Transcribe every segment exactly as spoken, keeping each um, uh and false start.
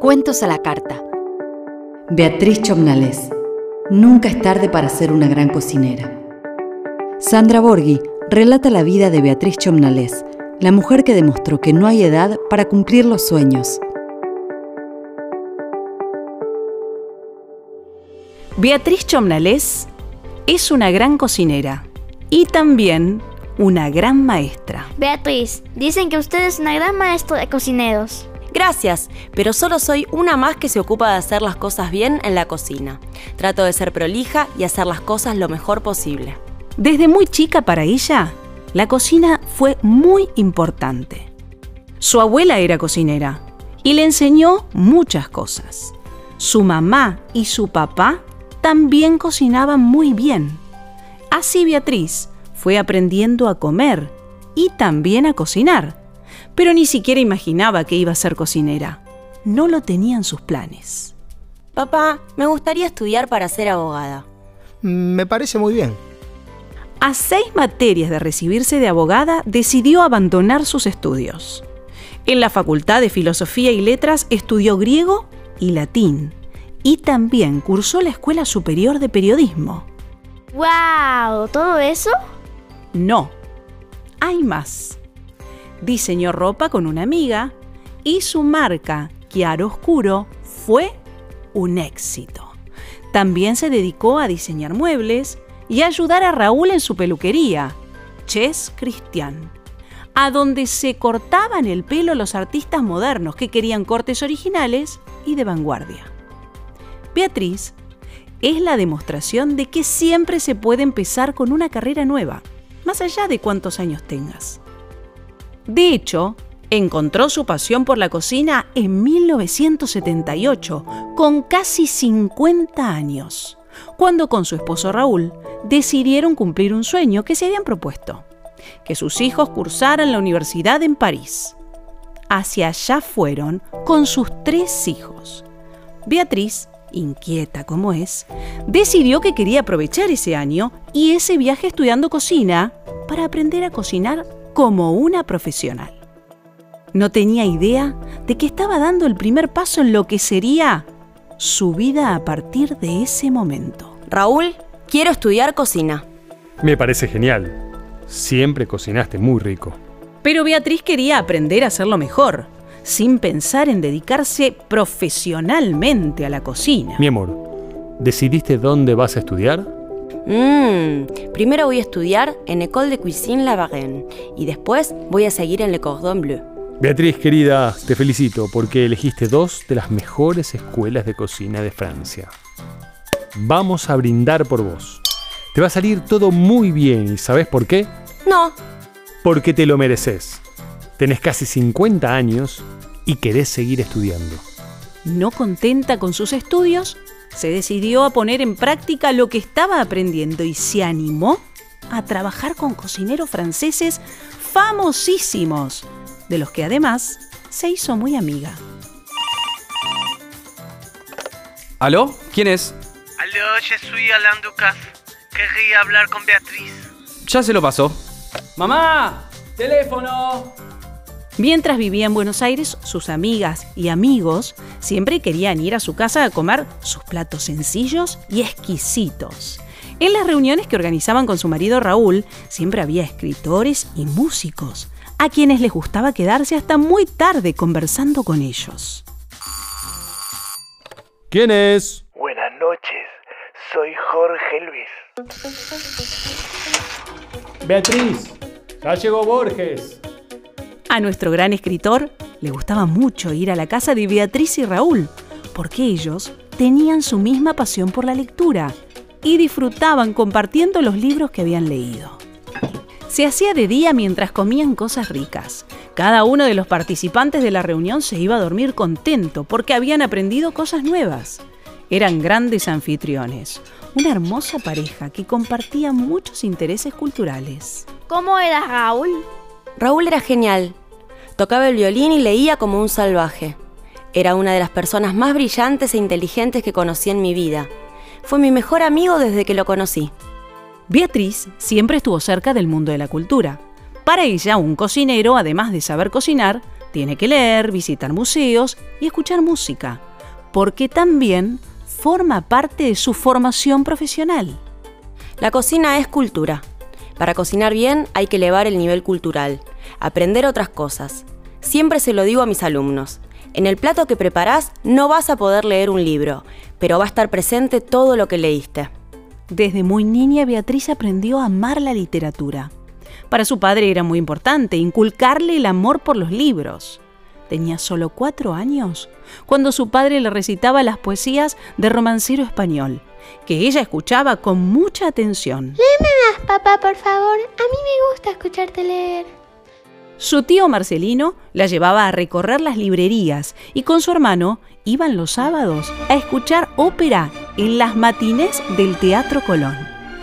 Cuentos a la carta. Beatriz Chomnales. Nunca es tarde para ser una gran cocinera. Sandra Borghi relata la vida de Beatriz Chomnales, la mujer que demostró que no hay edad para cumplir los sueños. Beatriz Chomnales es una gran cocinera y también una gran maestra. Beatriz, dicen que usted es una gran maestra de cocineros. Gracias, pero solo soy una más que se ocupa de hacer las cosas bien en la cocina. Trato de ser prolija y hacer las cosas lo mejor posible. Desde muy chica para ella, la cocina fue muy importante. Su abuela era cocinera y le enseñó muchas cosas. Su mamá y su papá también cocinaban muy bien. Así Beatriz fue aprendiendo a comer y también a cocinar, pero ni siquiera imaginaba que iba a ser cocinera. No lo tenía en sus planes. Papá, me gustaría estudiar para ser abogada. Me parece muy bien. A seis materias de recibirse de abogada, decidió abandonar sus estudios. En la Facultad de Filosofía y Letras estudió griego y latín, y también cursó la Escuela Superior de Periodismo. ¡Wow! ¿Todo eso? No, hay más. Diseñó ropa con una amiga y su marca, Chiaroscuro, fue un éxito. También se dedicó a diseñar muebles y a ayudar a Raúl en su peluquería, Chez Christian, a donde se cortaban el pelo los artistas modernos que querían cortes originales y de vanguardia. Beatriz es la demostración de que siempre se puede empezar con una carrera nueva, más allá de cuántos años tengas. De hecho, encontró su pasión por la cocina en mil novecientos setenta y ocho, con casi cincuenta años, cuando con su esposo Raúl decidieron cumplir un sueño que se habían propuesto, que sus hijos cursaran la universidad en París. Hacia allá fueron con sus tres hijos. Beatriz, inquieta como es, decidió que quería aprovechar ese año y ese viaje estudiando cocina para aprender a cocinar como una profesional. No tenía idea de que estaba dando el primer paso en lo que sería su vida a partir de ese momento. Raúl, quiero estudiar cocina. Me parece genial. Siempre cocinaste muy rico. Pero Beatriz quería aprender a hacerlo mejor, sin pensar en dedicarse profesionalmente a la cocina. Mi amor, ¿decidiste dónde vas a estudiar? Mmm, primero voy a estudiar en École de Cuisine La Varenne y después voy a seguir en Le Cordon Bleu. Beatriz, querida, te felicito porque elegiste dos de las mejores escuelas de cocina de Francia. Vamos a brindar por vos. Te va a salir todo muy bien y ¿sabés por qué? No. Porque te lo mereces. Tenés casi cincuenta años y querés seguir estudiando. No contenta con sus estudios, se decidió a poner en práctica lo que estaba aprendiendo y se animó a trabajar con cocineros franceses famosísimos, de los que además se hizo muy amiga. ¿Aló? ¿Quién es? Aló, je suis Alain Ducasse. Querría hablar con Beatriz. Ya se lo pasó. ¡Mamá! ¡Teléfono! Mientras vivía en Buenos Aires, sus amigas y amigos siempre querían ir a su casa a comer sus platos sencillos y exquisitos. En las reuniones que organizaban con su marido Raúl, siempre había escritores y músicos, a quienes les gustaba quedarse hasta muy tarde conversando con ellos. ¿Quién es? Buenas noches, soy Jorge Luis. Beatriz, ya llegó Borges. A nuestro gran escritor le gustaba mucho ir a la casa de Beatriz y Raúl, porque ellos tenían su misma pasión por la lectura y disfrutaban compartiendo los libros que habían leído. Se hacía de día mientras comían cosas ricas. Cada uno de los participantes de la reunión se iba a dormir contento porque habían aprendido cosas nuevas. Eran grandes anfitriones, una hermosa pareja que compartía muchos intereses culturales. ¿Cómo era Raúl? Raúl era genial. Tocaba el violín y leía como un salvaje. Era una de las personas más brillantes e inteligentes que conocí en mi vida. Fue mi mejor amigo desde que lo conocí. Beatriz siempre estuvo cerca del mundo de la cultura. Para ella, un cocinero, además de saber cocinar, Tiene que leer, visitar museos y escuchar música, porque también forma parte de su formación profesional. La cocina es cultura. Para cocinar bien hay que elevar el nivel cultural, aprender otras cosas. Siempre se lo digo a mis alumnos. En el plato que preparás no vas a poder leer un libro, pero va a estar presente todo lo que leíste. Desde muy niña, Beatriz aprendió a amar la literatura. Para su padre era muy importante inculcarle el amor por los libros. Tenía solo cuatro años cuando su padre le recitaba las poesías de Romancero Español, que ella escuchaba con mucha atención. Léeme más, papá, por favor. A mí me gusta escucharte leer. Su tío Marcelino la llevaba a recorrer las librerías y con su hermano iban los sábados a escuchar ópera en las matinés del Teatro Colón.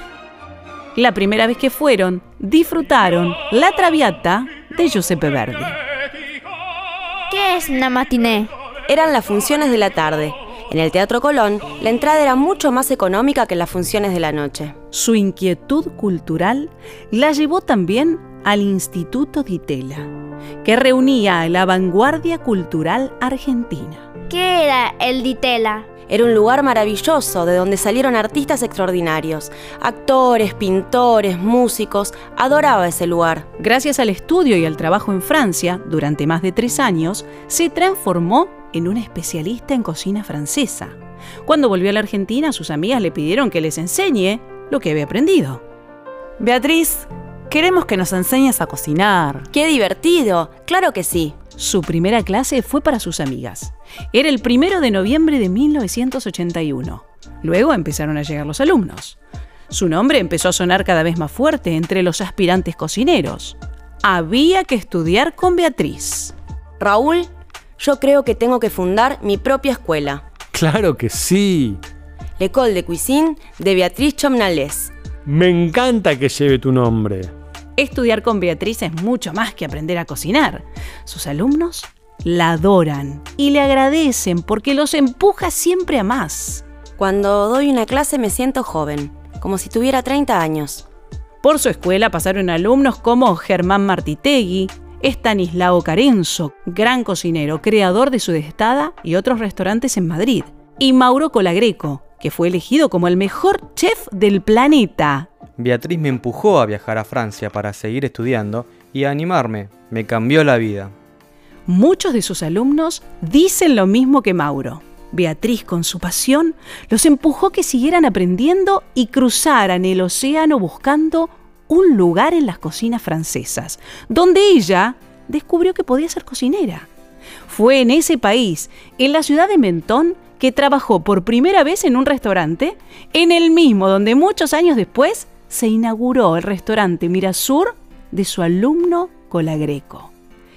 La primera vez que fueron, disfrutaron La Traviata de Giuseppe Verdi. ¿Qué es una matiné? Eran las funciones de la tarde. En el Teatro Colón, la entrada era mucho más económica que las funciones de la noche. Su inquietud cultural la llevó también al Instituto Di Tella, que reunía a la vanguardia cultural argentina. ¿Qué era el Di Tella? Era un lugar maravilloso de donde salieron artistas extraordinarios, actores, pintores, músicos. Adoraba ese lugar. Gracias al estudio y al trabajo en Francia, durante más de tres años, se transformó en una especialista en cocina francesa. Cuando volvió a la Argentina, sus amigas le pidieron que les enseñe lo que había aprendido. Beatriz, queremos que nos enseñes a cocinar. ¡Qué divertido! ¡Claro que sí! Su primera clase fue para sus amigas. Era el primero de noviembre de mil novecientos ochenta y uno. Luego empezaron a llegar los alumnos. Su nombre empezó a sonar cada vez más fuerte entre los aspirantes cocineros. Había que estudiar con Beatriz. Raúl, yo creo que tengo que fundar mi propia escuela. ¡Claro que sí! L'École de Cuisine de Beatriz Chomnales. Me encanta que lleve tu nombre. Estudiar con Beatriz es mucho más que aprender a cocinar. Sus alumnos la adoran y le agradecen porque los empuja siempre a más. Cuando doy una clase me siento joven, como si tuviera treinta años. Por su escuela pasaron alumnos como Germán Martitegui, Estanislao Carenzo, gran cocinero, creador de Sudestada y otros restaurantes en Madrid, y Mauro Colagreco, que fue elegido como el mejor chef del planeta. Beatriz me empujó a viajar a Francia para seguir estudiando y a animarme. Me cambió la vida. Muchos de sus alumnos dicen lo mismo que Mauro. Beatriz, con su pasión, los empujó que siguieran aprendiendo y cruzaran el océano buscando un lugar en las cocinas francesas, donde ella descubrió que podía ser cocinera. Fue en ese país, en la ciudad de Menton, que trabajó por primera vez en un restaurante, en el mismo donde muchos años después se inauguró el restaurante Mirasur de su alumno Colagreco.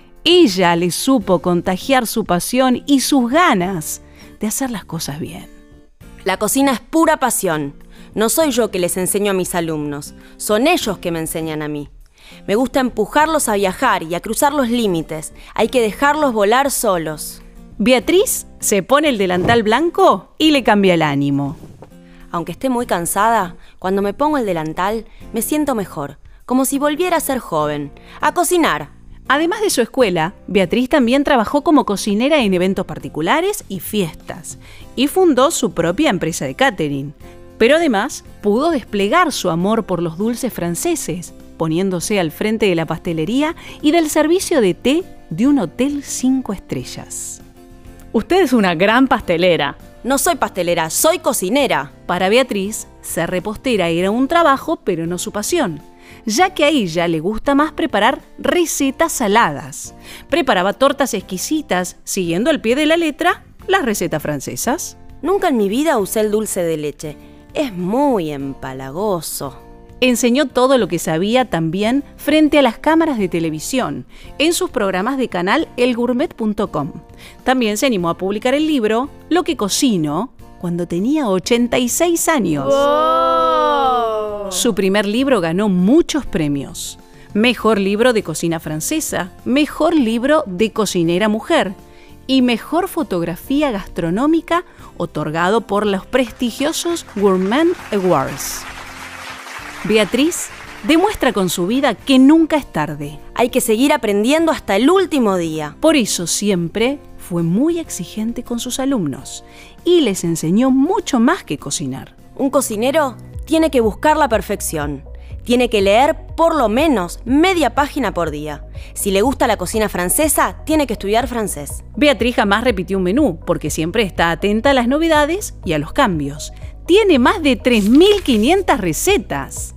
Ella le supo contagiar su pasión y sus ganas de hacer las cosas bien. La cocina es pura pasión. No soy yo que les enseño a mis alumnos, son ellos que me enseñan a mí. Me gusta empujarlos a viajar y a cruzar los límites. Hay que dejarlos volar solos. Beatriz se pone el delantal blanco y le cambia el ánimo. Aunque esté muy cansada, cuando me pongo el delantal me siento mejor, como si volviera a ser joven, a cocinar. Además de su escuela, Beatriz también trabajó como cocinera en eventos particulares y fiestas, y fundó su propia empresa de catering. Pero además pudo desplegar su amor por los dulces franceses, poniéndose al frente de la pastelería y del servicio de té de un hotel cinco estrellas. Usted es una gran pastelera. No soy pastelera, soy cocinera. Para Beatriz, ser repostera era un trabajo, pero no su pasión, ya que a ella le gusta más preparar recetas saladas. Preparaba tortas exquisitas, siguiendo al pie de la letra las recetas francesas. Nunca en mi vida usé el dulce de leche. Es muy empalagoso. Enseñó todo lo que sabía también frente a las cámaras de televisión, en sus programas de canal el gourmet punto com. También se animó a publicar el libro Lo que cocino cuando tenía ochenta y seis años. ¡Wow! Su primer libro ganó muchos premios. Mejor libro de cocina francesa, mejor libro de cocinera mujer y mejor fotografía gastronómica otorgado por los prestigiosos Gourmand Awards. Beatriz demuestra con su vida que nunca es tarde. Hay que seguir aprendiendo hasta el último día. Por eso siempre fue muy exigente con sus alumnos y les enseñó mucho más que cocinar. Un cocinero tiene que buscar la perfección. Tiene que leer por lo menos media página por día. Si le gusta la cocina francesa, tiene que estudiar francés. Beatriz jamás repitió un menú, porque siempre está atenta a las novedades y a los cambios. Tiene más de tres mil quinientas recetas.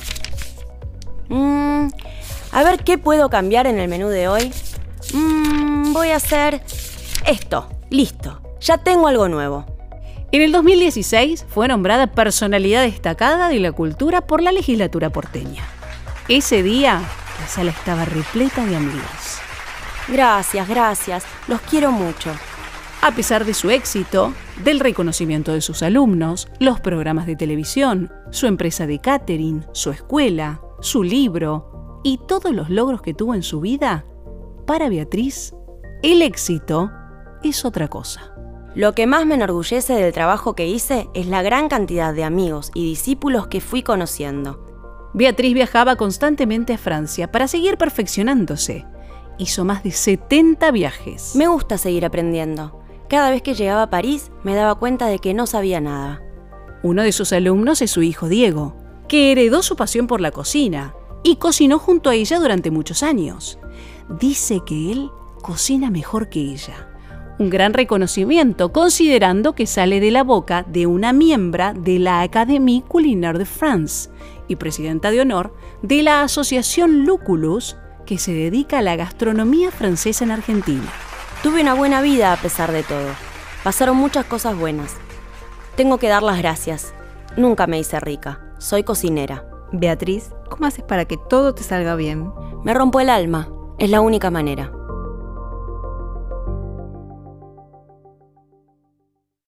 Mm, a ver qué puedo cambiar en el menú de hoy. Mm, voy a hacer esto. Listo. Ya tengo algo nuevo. En el dos mil dieciséis fue nombrada personalidad destacada de la cultura por la legislatura porteña. Ese día, la sala estaba repleta de amigos. Gracias, gracias. Los quiero mucho. A pesar de su éxito, del reconocimiento de sus alumnos, los programas de televisión, su empresa de catering, su escuela, su libro y todos los logros que tuvo en su vida, para Beatriz, el éxito es otra cosa. Lo que más me enorgullece del trabajo que hice es la gran cantidad de amigos y discípulos que fui conociendo. Beatriz viajaba constantemente a Francia para seguir perfeccionándose. Hizo más de setenta viajes. Me gusta seguir aprendiendo. Cada vez que llegaba a París me daba cuenta de que no sabía nada. Uno de sus alumnos es su hijo Diego, que heredó su pasión por la cocina y cocinó junto a ella durante muchos años. Dice que él cocina mejor que ella. Un gran reconocimiento, considerando que sale de la boca de una miembro de la Académie Culinaire de France y presidenta de honor de la Asociación Lucullus, que se dedica a la gastronomía francesa en Argentina. Tuve una buena vida a pesar de todo. Pasaron muchas cosas buenas. Tengo que dar las gracias. Nunca me hice rica. Soy cocinera. Beatriz, ¿cómo haces para que todo te salga bien? Me rompo el alma. Es la única manera.